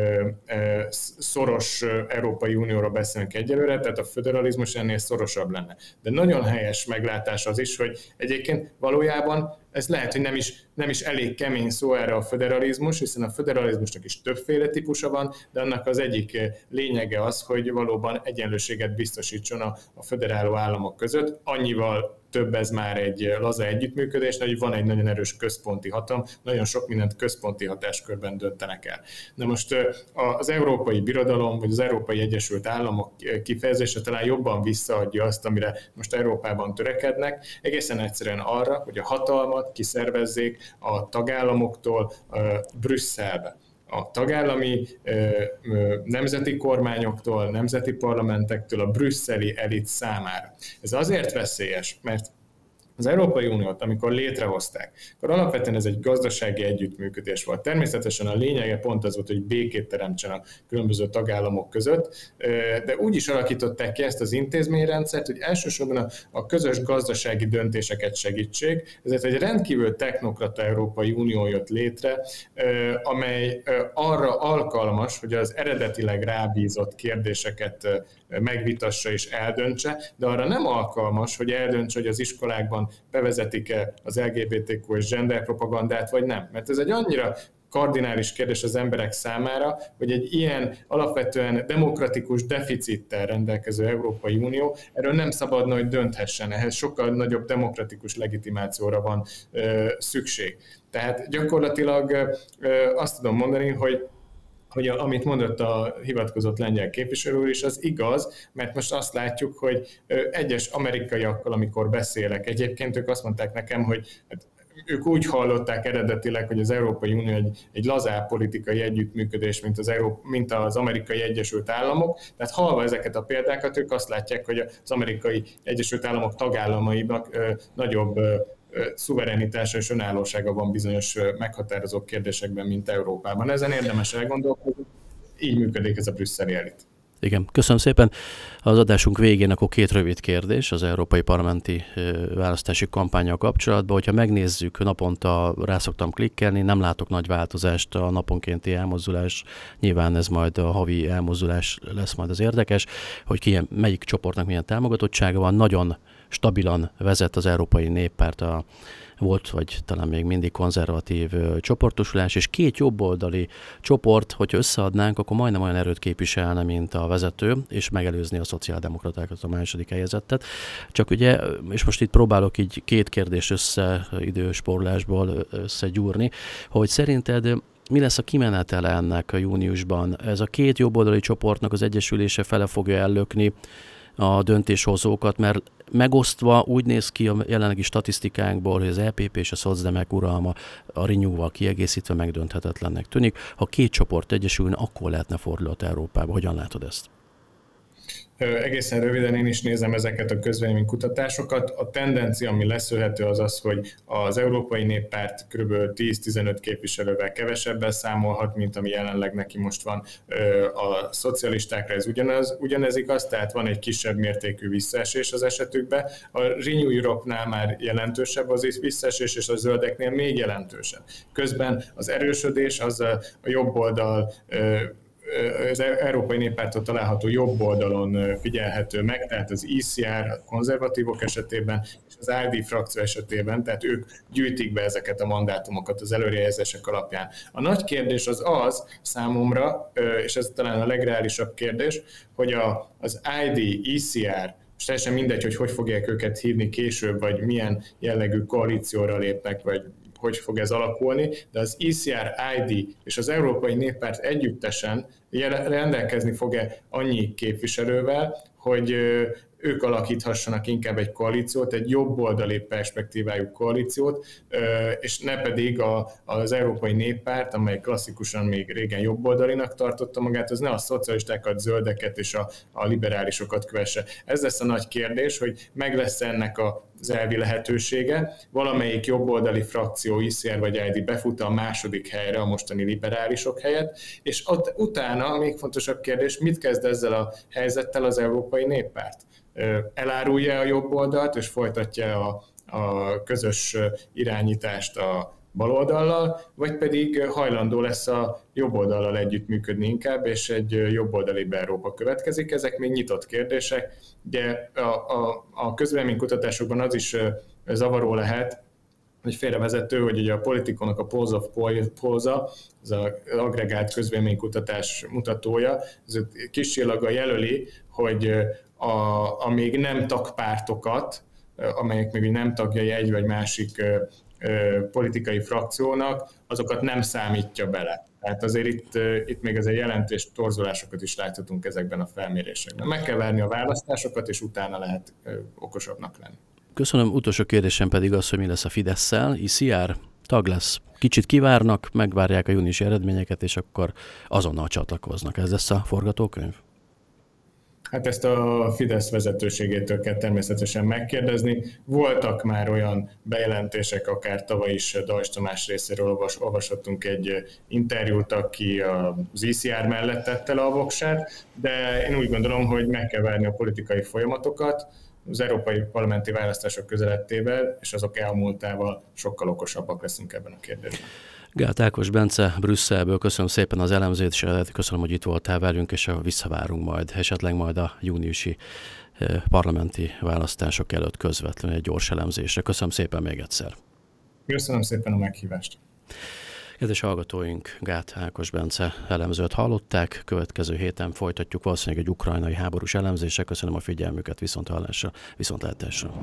szoros Európai Unióra beszélünk egyelőre, tehát a föderalizmus ennél szorosabb lenne. De nagyon helyes meglátás az is, hogy egyébként valójában ez lehet, hogy nem is elég kemény szó erre a föderalizmus, hiszen a föderalizmusnak is többféle típusa van, de annak az egyik lényege az, hogy valóban egyenlőséget biztosítson a föderáló államok között. Annyival több ez már egy laza együttműködés, hogy van egy nagyon erős központi hatalom, nagyon sok mindent központi hatáskörben döntenek el. Na most az Európai Birodalom, vagy az Európai Egyesült Államok kifejezése talán jobban visszaadja azt, amire most Európában törekednek, egészen egyszerűen arra, hogy a hatalmat kiszervezzék a tagállamoktól Brüsszelbe. A tagállami nemzeti kormányoktól, nemzeti parlamentektől, a brüsszeli elit számára. Ez azért veszélyes, mert az Európai Uniót, amikor létrehozták, akkor alapvetően ez egy gazdasági együttműködés volt. Természetesen a lényege pont az volt, hogy békét teremtsen a különböző tagállamok között, de úgy is alakították ki ezt az intézményrendszert, hogy elsősorban a közös gazdasági döntéseket segítsék, ezért egy rendkívül technokrata Európai Unió jött létre, amely arra alkalmas, hogy az eredetileg rábízott kérdéseket megvitassa és eldöntse, de arra nem alkalmas, hogy eldöntse, hogy az iskolákban bevezetik-e az LGBTQ és gender propagandát, vagy nem. Mert ez egy annyira kardinális kérdés az emberek számára, hogy egy ilyen alapvetően demokratikus deficittel rendelkező Európai Unió erről nem szabadna, hogy dönthessen. Ehhez sokkal nagyobb demokratikus legitimációra van szükség. Tehát gyakorlatilag azt tudom mondani, hogy amit mondott a hivatkozott lengyel képviselő úr is, az igaz, mert most azt látjuk, hogy egyes amerikaiakkal, amikor beszélek, egyébként ők azt mondták nekem, hogy ők úgy hallották eredetileg, hogy az Európai Unió egy lazább politikai együttműködés, mint az Amerikai Egyesült Államok. Tehát hallva ezeket a példákat, ők azt látják, hogy az Amerikai Egyesült Államok tagállamainak nagyobb szuverenitása és önállósága van bizonyos meghatározó kérdésekben, mint Európában. Ezen érdemes elgondolkodni, így működik ez a brüsszeli elit. Igen, köszönöm szépen. Az adásunk végén akkor 2 rövid kérdés az európai parlamenti választási kampánnyal kapcsolatban. Hogyha megnézzük, naponta rá szoktam klikkelni, nem látok nagy változást, a naponkénti elmozdulás, nyilván ez majd a havi elmozdulás lesz majd az érdekes, hogy melyik csoportnak milyen támogatottsága van. Nagyon stabilan vezet az Európai Néppárt, volt, vagy talán még mindig konzervatív csoportosulás, és két jobboldali csoport, hogyha összeadnánk, akkor majdnem olyan erőt képviselne, mint a vezető, és megelőzni a szociáldemokratákat, a második helyezettet. Csak ugye, és most itt próbálok így két kérdést időspórlásból összegyúrni, hogy szerinted mi lesz a kimenetele ennek a júniusban? Ez a két jobboldali csoportnak az egyesülése fele fogja ellökni a döntéshozókat, mert megosztva úgy néz ki a jelenlegi statisztikánkból, hogy az EPP és a szocdemek uralma a Renew-val kiegészítve megdönthetetlennek tűnik. Ha két csoport egyesülne, akkor lehetne fordulat Európába. Hogyan látod ezt? Egészen röviden én is nézem ezeket a közvéleménykutatásokat. A tendencia, ami leszűrhető, az az, hogy az Európai Néppárt kb. 10-15 képviselővel kevesebben számolhat, mint ami jelenleg neki most van. A szocialistákra ez ugyanez igaz, tehát van egy kisebb mértékű visszaesés az esetükben. A Renew Europe-nál már jelentősebb az visszaesés, és a zöldeknél még jelentősebb. Közben az erősödés az a jobb oldal, az Európai Néppártól található jobb oldalon figyelhető meg, tehát az ECR a konzervatívok esetében, és az ALDE frakció esetében, tehát ők gyűjtik be ezeket a mandátumokat az előrejelzések alapján. A nagy kérdés az számomra, és ez talán a legreálisabb kérdés, hogy az ALDE, ECR, és teljesen mindegy, hogy fogják őket hívni később, vagy milyen jellegű koalícióra lépnek, vagy hogy fog ez alakulni, de az ECR, ID és az Európai Néppárt együttesen rendelkezni fog-e annyi képviselővel, hogy ők alakíthassanak inkább egy koalíciót, egy jobboldali perspektívájú koalíciót, és ne pedig az Európai Néppárt, amely klasszikusan még régen jobboldalinak tartotta magát, az ne a szocialistákat, zöldeket és a liberálisokat kövesse. Ez lesz a nagy kérdés, hogy meg lesz ennek az elvi lehetősége. Valamelyik jobboldali frakció, ICR vagy ID befut a második helyre a mostani liberálisok helyett, és utána a még fontosabb kérdés, mit kezd ezzel a helyzettel az Európai Néppárt? Elárulja a jobb oldalt, és folytatja a közös irányítást a baloldallal, vagy pedig hajlandó lesz a jobb oldallal együttműködni inkább, és egy jobboldalibb Európa következik. Ezek még nyitott kérdések, de a közvéleménykutatásokban az is zavaró lehet, hogy félrevezető, hogy ugye a Politiconak a Polls of Polls-a, az agregált közvéleménykutatás mutatója, ez kis csillaggal jelöli, hogy a még nem tagpártokat, amelyek még nem tagjai egy vagy másik politikai frakciónak, azokat nem számítja bele. Tehát azért itt még azért jelentős torzulásokat is láthatunk ezekben a felmérésekben. Meg kell várni a választásokat, és utána lehet okosabbnak lenni. Köszönöm. Utolsó kérdésem pedig az, hogy mi lesz a Fidesszel. ICR tag lesz. Kicsit kivárnak, megvárják a júniusi eredményeket, és akkor azonnal csatlakoznak. Ez lesz a forgatókönyv? Hát ezt a Fidesz vezetőségétől kell természetesen megkérdezni. Voltak már olyan bejelentések, akár tavaly is Dajcs Tamás részéről olvashattunk egy interjút, aki az ICR mellett tette le a voksát, de én úgy gondolom, hogy meg kell várni a politikai folyamatokat, az európai parlamenti választások közelettével, és azok elmúltával sokkal okosabbak leszünk ebben a kérdésben. Gát Ákos Bence Brüsszelből, köszönöm szépen az elemzést, és köszönöm, hogy itt voltál velünk, és visszavárunk majd, esetleg majd a júniusi parlamenti választások előtt közvetlenül egy gyors elemzésre. Köszönöm szépen még egyszer. Köszönöm szépen a meghívást. Kedves hallgatóink, Gát Ákos Bence elemzőt hallották, következő héten folytatjuk valószínűleg egy ukrajnai háborús elemzésre. Köszönöm a figyelmüket, viszonthallásra, viszontlátásra.